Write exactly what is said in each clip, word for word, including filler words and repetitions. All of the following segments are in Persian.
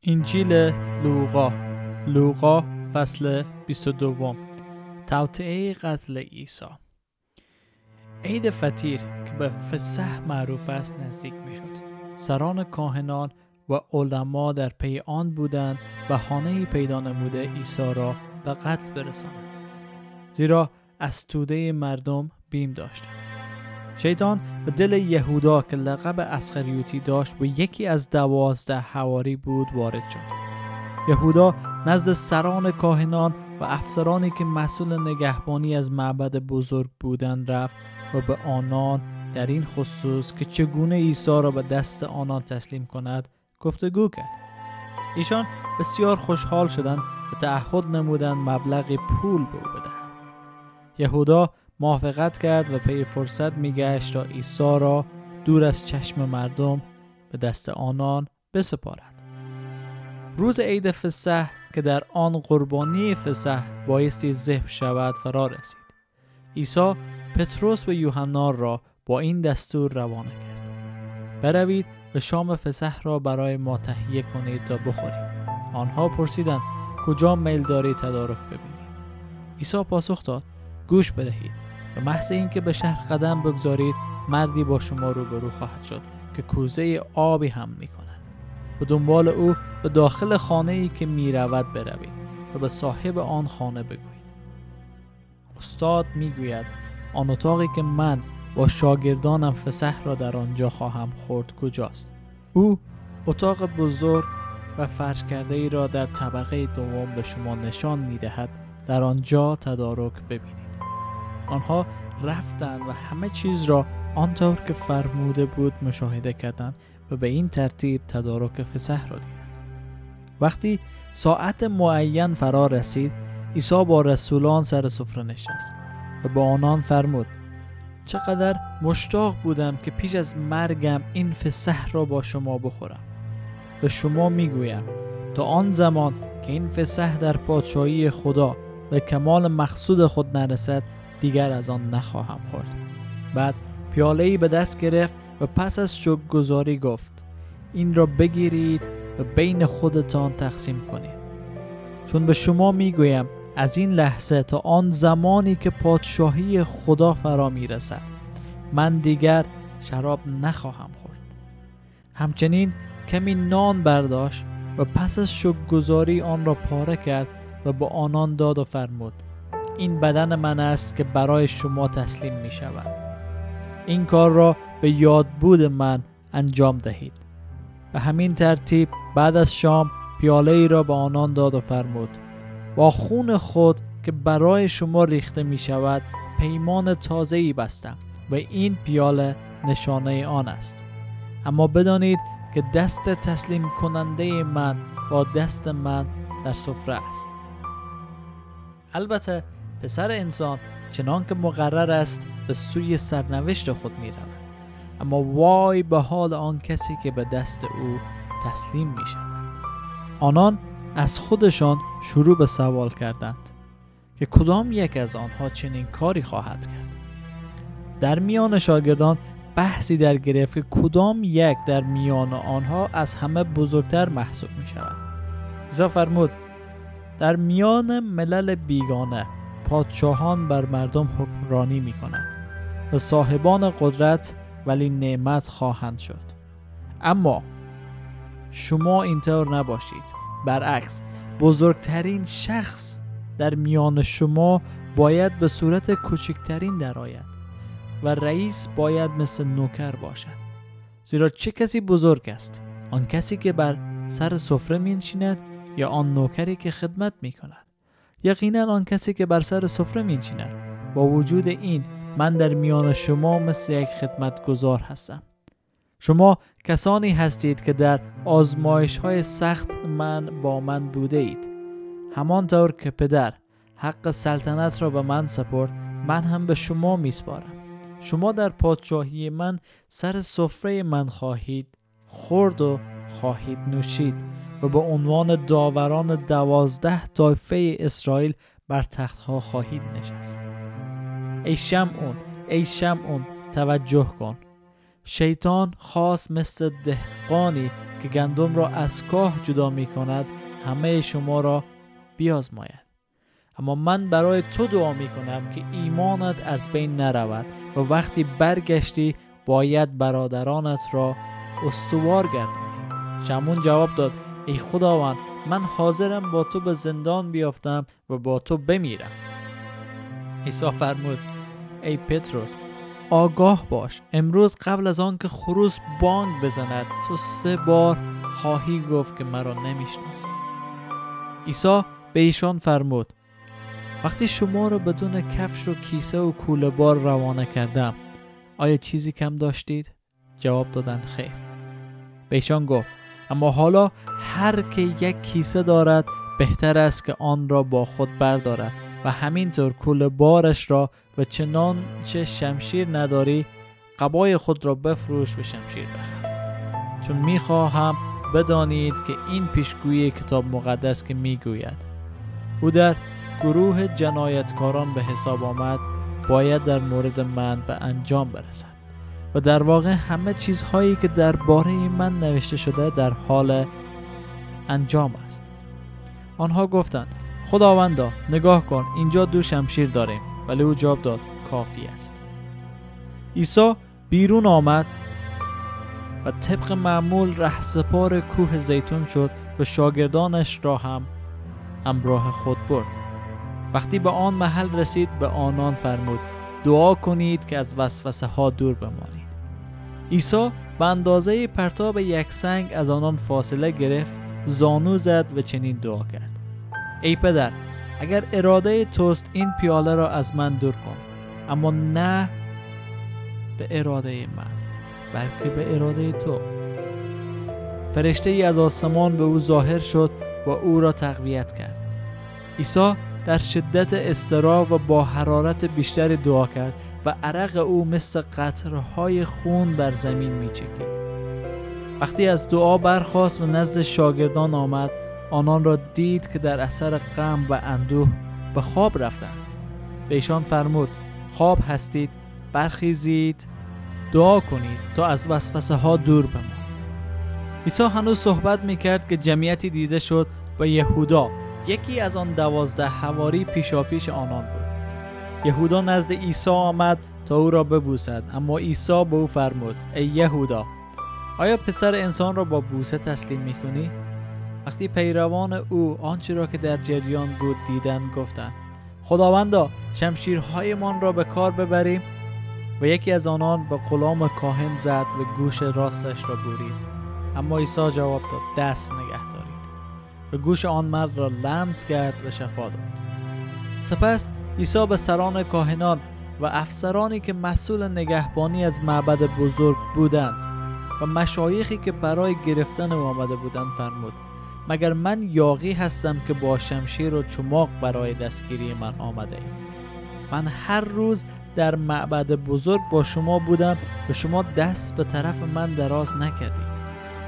انجیل لوقا لوقا فصل بیست و دو. توطئه قتل عیسی. عید فطیر که به فسح معروف است نزدیک می شد. سران کاهنان و علما در پی آن بودند بهانه‌ای پیدا نموده عیسی را به قتل برسانند، زیرا از توده مردم بیم داشتند. شیطان به دل یهودا که لقب اسخریوطی داشت و یکی از دوازده حواری بود وارد شد. یهودا نزد سران کاهنان و افسرانی که مسئول نگهبانی از معبد بزرگ بودند رفت و به آنان در این خصوص که چگونه عیسی را به دست آنان تسلیم کند گفتگو کرد. ایشان بسیار خوشحال شدند و تعهد نمودند مبلغی پول به او بدهند. یهودا موافقت کرد و پی فرصت میگشت تا عیسی را دور از چشم مردم به دست آنان بسپارد. روز عید فسح که در آن قربانی فسح بایستی ذبح شود فرا رسید. عیسی پتروس و یوحنا را با این دستور روانه کرد: بروید و شام فسح را برای ما تهیه کنید تا بخوریم. آنها پرسیدند: کجا میل داری تدارک ببینیم؟ عیسی پاسخ داد: گوش بدهید. و محض اینکه به شهر قدم بگذارید مردی با شما روبرو خواهد شد که کوزه آبی هم می کند. و دنبال او به داخل خانه‌ای که می رود بروید و به صاحب آن خانه بگویید: استاد می گوید آن اتاقی که من با شاگردانم فسح را در آنجا خواهم خورد کجاست؟ او اتاق بزرگ و فرش کرده ای را در طبقه دوم به شما نشان می دهد، در آنجا تدارک ببینید. آنها رفتند و همه چیز را آنطور که فرموده بود مشاهده کردند و به این ترتیب تدارک فسح را دیدند. وقتی ساعت معین فرا رسید، عیسی با رسولان سر سفره نشست و با آنان فرمود: چقدر مشتاق بودم که پیش از مرگم این فسح را با شما بخورم. به شما میگویم تا آن زمان که این فسح در پادشاهی خدا به کمال مقصود خود نرسد دیگر از آن نخواهم خورد. بعد پیاله‌ای به دست گرفت و پس از شکرگزاری گفت: این را بگیرید و بین خودتان تقسیم کنید، چون به شما میگویم از این لحظه تا آن زمانی که پادشاهی خدا فرا میرسد من دیگر شراب نخواهم خورد. همچنین کمی نان برداشت و پس از شکرگزاری آن را پاره کرد و به آنان داد و فرمود: این بدن من است که برای شما تسلیم می شود. این کار را به یادبود من انجام دهید. به همین ترتیب بعد از شام پیاله ای را به آنان داد و فرمود: با خون خود که برای شما ریخته می شود پیمان تازه ای بستم و این پیاله نشانه آن است. اما بدانید که دست تسلیم کننده من با دست من در سفره است. البته پسر انسان چنان که مقرر است به سوی سرنوشت خود می رود، اما وای به حال آن کسی که به دست او تسلیم می شود. آنان از خودشان شروع به سوال کردند که کدام یک از آنها چنین کاری خواهد کرد. در میان شاگردان بحثی در گرفت که کدام یک در میان آنها از همه بزرگتر محسوب می شود. عیسی فرمود: در میان ملل بیگانه پادشاهان بر مردم حکمرانی می کنند و صاحبان قدرت ولی نعمت خواهند شد. اما شما اینطور نباشید. برعکس، بزرگترین شخص در میان شما باید به صورت کوچکترین درآید و رئیس باید مثل نوکر باشد. زیرا چه کسی بزرگ است؟ آن کسی که بر سر سفره می نشیند یا آن نوکری که خدمت می کند؟ یقینا آن کسی که بر سر سفره می نشیند. با وجود این من در میان شما مثل یک خدمتگزار هستم. شما کسانی هستید که در آزمایش های سخت من با من بوده اید. همانطور که پدر حق سلطنت را به من سپرد من هم به شما می سپارم. شما در پادشاهی من سر سفره من خواهید خورد و خواهید نوشید و به عنوان داوران دوازده طایفه اسرائیل بر تختها خواهید نشست. ای شمعون، ای شمعون، توجه کن. شیطان خواست مثل دهقانی که گندم را از کاه جدا می کند همه شما را بیازماید. اما من برای تو دعا می کنم که ایمانت از بین نرود و وقتی برگشتی باید برادرانت را استوار گردانی. شمعون جواب داد: ای خداوند، من حاضرم با تو به زندان بیافتم و با تو بمیرم. عیسی فرمود: ای پتروس، آگاه باش، امروز قبل از آن که خروس بانگ بزند تو سه بار خواهی گفت که مرا نمیشناسی. عیسی به ایشان فرمود: وقتی شما را بدون کفش و کیسه و کوله بار روانه کردم آیا چیزی کم داشتید؟ جواب دادند خیر. به ایشان گفت: اما حالا هر که یک کیسه دارد بهتر است که آن را با خود بردارد و همینطور کوله بارش را، و چنان چه شمشیر نداری قبای خود را بفروش و شمشیر بخر. چون میخواهم بدانید که این پیشگویی کتاب مقدس که میگوید او در گروه جنایتکاران به حساب آمد باید در مورد من به انجام برسد. و در واقع همه چیزهایی که درباره من نوشته شده در حال انجام است. آنها گفتند: خداوندا نگاه کن، اینجا دو شمشیر داریم. ولی او جواب داد: کافی است. عیسی بیرون آمد و طبق معمول رهسپار کوه زیتون شد و شاگردانش را هم همراه خود برد. وقتی به آن محل رسید به آنان فرمود: دعا کنید که از وسوسه ها دور بمانید. عیسی به اندازه پرتاب یک سنگ از آنان فاصله گرفت، زانو زد و چنین دعا کرد: ای پدر، اگر اراده توست این پیاله را از من دور کن، اما نه به اراده من بلکه به اراده تو. فرشته ای از آسمان به او ظاهر شد و او را تقویت کرد. عیسی در شدت اضطراب و با حرارت بیشتری دعا کرد و عرق او مثل قطره‌های خون بر زمین می‌چکید. وقتی از دعا برخاست و نزد شاگردان آمد، آنان را دید که در اثر غم و اندوه به خواب رفتند. به ایشان فرمود: خواب هستید، برخیزید، دعا کنید تا از وسوسه ها دور بمانید. عیسی هنوز صحبت میکرد که جمعیتی دیده شد و یهودا، یکی از آن دوازده حواری، پیشاپیش آنان بود. یهودا نزد عیسی آمد تا او را ببوسد، اما عیسی به او فرمود: ای یهودا، آیا پسر انسان را با بوسه تسلیم میکنی؟ وقتی پیروان او آنچه را که در جریان بود دیدند گفتند: خداوندا، شمشیرهایمان را به کار ببریم. و یکی از آنان به غلام کاهن زد و گوش راستش را برید. اما عیسی جواب داد: دست نگه دارید. و گوش آن مرد را لمس کرد و شفا داد. سپس عیسی به سران کاهنان و افسرانی که مسئول نگهبانی از معبد بزرگ بودند و مشایخی که برای گرفتن او آمده بودند فرمود: مگر من یاغی هستم که با شمشیر و چماق برای دستگیری من آمده اید؟ من هر روز در معبد بزرگ با شما بودم و شما دست به طرف من دراز نکردید.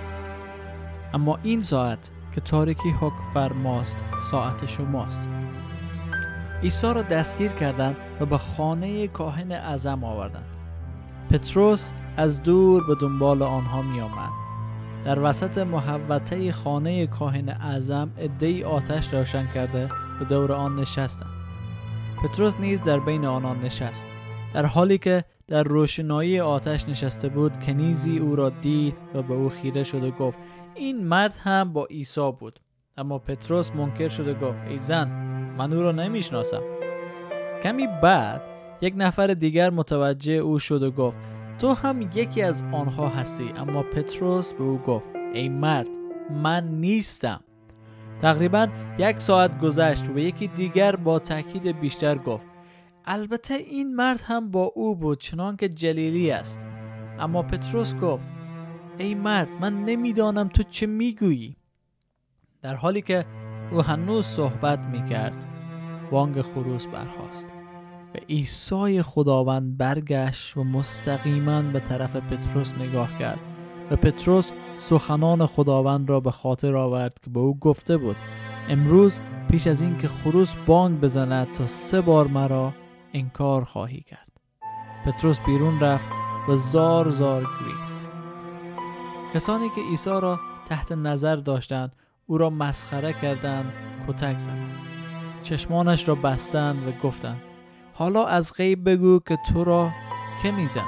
اما این ساعت که تاریکی حکم فرماست ساعت شماست. عیسی را دستگیر کردند و به خانه کاهن اعظم آوردند. پتروس از دور به دنبال آنها می آمد. در وسط محوطه خانه کاهن اعظم عده‌ای آتش روشن کرده و دور آن نشستند. پتروس نیز در بین آنان نشست. در حالی که در روشنایی آتش نشسته بود، کنیزی او را دید و به او خیره شد و گفت: این مرد هم با عیسی بود. اما پتروس منکر شد و گفت: ای زن، من او را نمیشناسم. کمی بعد یک نفر دیگر متوجه او شد و گفت: تو هم یکی از آنها هستی. اما پتروس به او گفت: ای مرد، من نیستم. تقریبا یک ساعت گذشت و یکی دیگر با تاکید بیشتر گفت: البته این مرد هم با او بود، چنان که جلیلی است. اما پتروس گفت: ای مرد، من نمیدانم تو چه میگویی. در حالی که او هنوز صحبت میکرد، بانگ خروس برخاست و عیسی خداوند برگشت و مستقیما به طرف پتروس نگاه کرد و پتروس سخنان خداوند را به خاطر آورد که به او گفته بود: امروز پیش از این که خروس بانگ بزند تا سه بار مرا انکار خواهی کرد. پتروس بیرون رفت و زار زار گریست. کسانی که عیسی را تحت نظر داشتند او را مسخره کردند، کتک زدند. چشمانش را بستند و گفتند حالا از غیب بگو که تو را که میزند،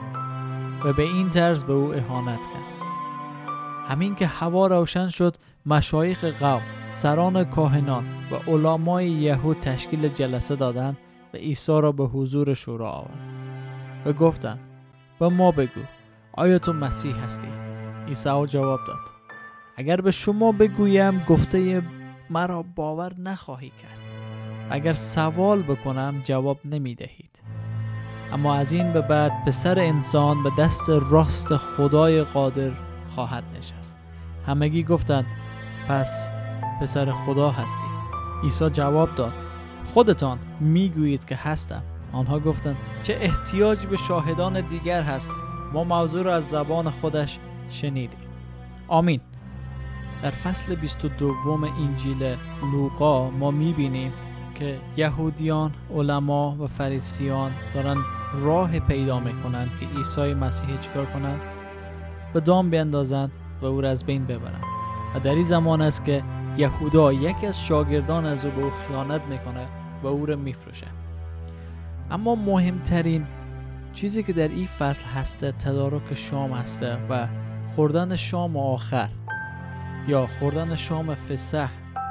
و به این طرز به او اهانت کرد. همین که هوا روشن شد، مشایخ قوم، سران کاهنان و علمای یهود تشکیل جلسه دادند و عیسی را به حضور شورا آوردند و گفتند به ما بگو آیا تو مسیح هستی؟ عیسی جواب داد اگر به شما بگویم گفته مرا باور نخواهی کرد، اگر سوال بکنم جواب نمی دهید. اما از این به بعد پسر انسان به دست راست خدای قادر خواهد نشست. همگی گفتند پس پسر خدا هستی؟ عیسی جواب داد خودتان میگویید که هستم. آنها گفتند چه احتیاجی به شاهدان دیگر هست؟ ما موضوع را از زبان خودش شنیدیم. آمین. در فصل بیست و دوم انجیل لوقا ما میبینیم که یهودیان، علما و فریسیان دارن راه پیدا میکنند که عیسی مسیح چیکار کنند؟ به دام بیندازند و او را از بین ببرند. و در این زمان است که یهودا یکی از شاگردان از او به او خیانت میکنه و او را میفروشه. اما مهمترین چیزی که در این فصل هسته تدارک شام هسته و خوردن شام آخر یا خوردن شام فسح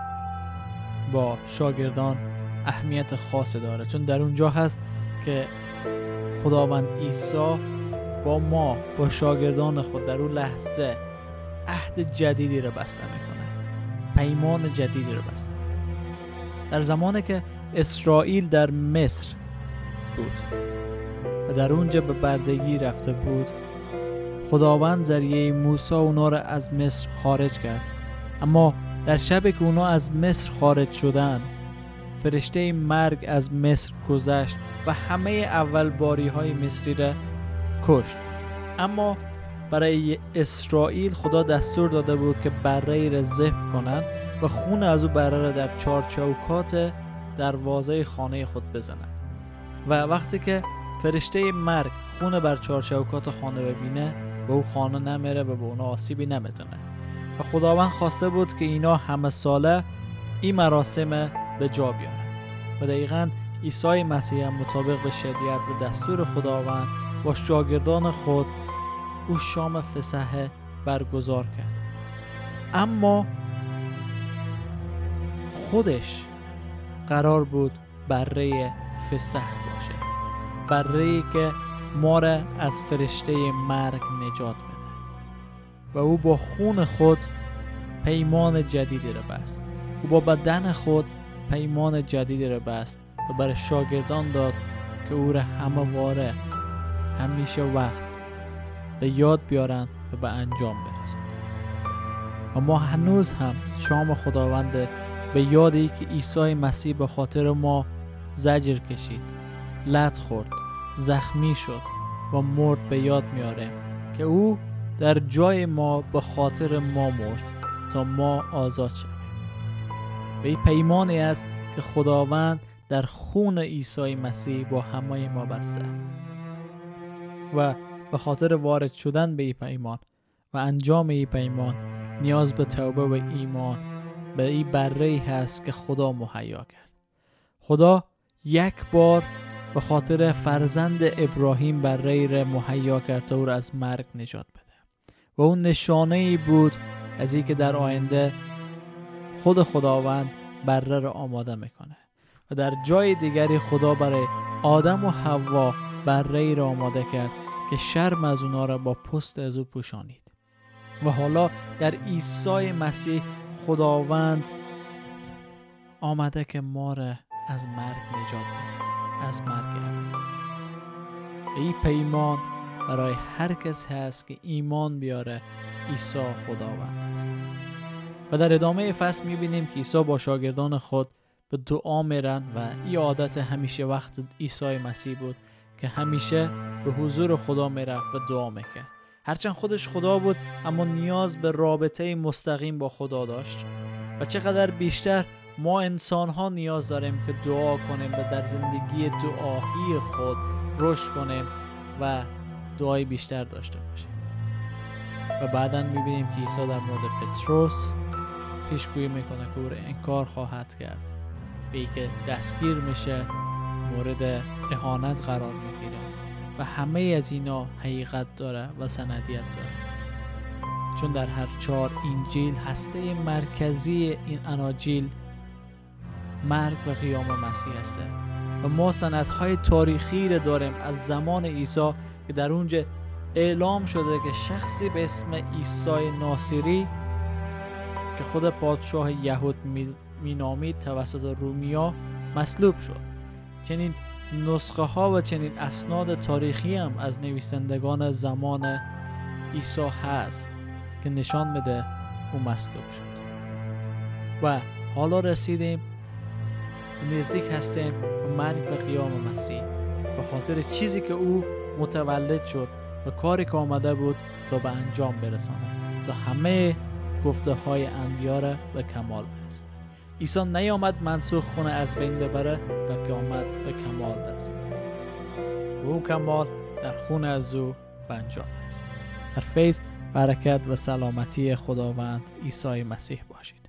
با شاگردان اهمیت خاصی داره، چون در اونجا هست که خداوند عیسی با ما، با شاگردان خود در اون لحظه عهد جدیدی رو بسته میکنه، پیمان جدیدی رو بسته. در زمانی که اسرائیل در مصر بود و در اونجا به بردگی رفته بود، خداوند ذریعه موسی اونا رو از مصر خارج کرد. اما در شب که اونا از مصر خارج شدن، فرشته مرگ از مصر گذشت و همه اول باری های مصری را کشت. اما برای اسرائیل خدا دستور داده بود که بره را ذبح کنند و خون از او بره را در چار چوکات دروازه خانه خود بزنند. و وقتی که فرشته مرگ خون بر چار چوکات خانه ببینه، به او خانه نمیره و به اونا آسیبی نمیزنه. و خداوند خواسته بود که اینا همه ساله این مراسم به جا بیارن. و دقیقاً عیسی مسیح مطابق به شریعت و دستور خداوند با شاگردان خود او شام فسح برگزار کرد. اما خودش قرار بود بره فسح باشه، بره‌ای که ما را از فرشته مرگ نجات بده. و او با خون خود پیمان جدیدی را بست. او با بدن خود پیمان جدیدی را بست و برای شاگردان داد که او را همواره همیشه وقت به یاد بیارن و به انجام برسن. و ما هنوز هم شام خداوند به یادی که عیسی مسیح به خاطر ما زجر کشید، لت خورد، زخمی شد و مرد به یاد میاره که او در جای ما به خاطر ما مرد تا ما آزاد شویم. و این پیمانی است که خداوند در خون عیسی مسیح با همه ما بسته. و به خاطر وارد شدن به این پیمان و انجام این پیمان نیاز به توبه و ایمان به این بره‌ای هست که خدا مهیا کرد. خدا یک بار به خاطر فرزند ابراهیم بره‌ای را مهیا کرد تا او را از مرگ نجات بده. و اون نشانه ای بود از این که در آینده خود خداوند بره را آماده میکنه. و در جای دیگری خدا برای آدم و حوا بره‌ای را آماده کرد که شرم از اونا را با پست از او پوشانید. و حالا در عیسی مسیح خداوند آمده که ما را از مرگ نجات بده، از مرگ ابدی. این پیمان برای هر کس هست که ایمان بیاره عیسی خداوند است. و در ادامه فصل میبینیم که عیسی با شاگردان خود به دعا میرن و این عادت همیشه وقت عیسی مسیح بود که همیشه به حضور خدا میرفت و دعا میکرد. هرچند خودش خدا بود اما نیاز به رابطه مستقیم با خدا داشت. و چقدر بیشتر ما انسان ها نیاز داریم که دعا کنیم و در زندگی دعایی خود رشد کنیم و دعای بیشتر داشته باشیم. و بعداً میبینیم که عیسی در مورد پتروس پیشگویی میکنه که او را انکار خواهد کرد، به ای که دستگیر میشه، مورد اهانت قرار میگیره و همه از اینا حقیقت داره و سندیت داره، چون در هر چهار انجیل هسته مرکزی این اناجیل مرگ و قیام مسیح هسته و ما سندهای تاریخی را داریم از زمان عیسی که در اونجا اعلام شده که شخصی به اسم عیسی ناصری که خود پادشاه یهود می نامید توسط رومیا مصلوب شد. چنین نسخه ها و چنین اسناد تاریخی هم از نویسندگان زمان عیسی هست که نشان میده او مصلوب شد. و حالا رسیدیم نزدیک هستیم به مرگ و قیام مسیح به خاطر چیزی که او متولد شد و کاری که آمده بود تا به انجام برسانه، تا همه گفته های انبیا را به کمال برسانه. عیسی نیامد منسوخ کنه، از بین ببره، بلکه آمد به کمال برسانه. و اون کمال در خون از او به انجام برسانه. در فیض، برکت و سلامتی خداوند عیسی مسیح باشید.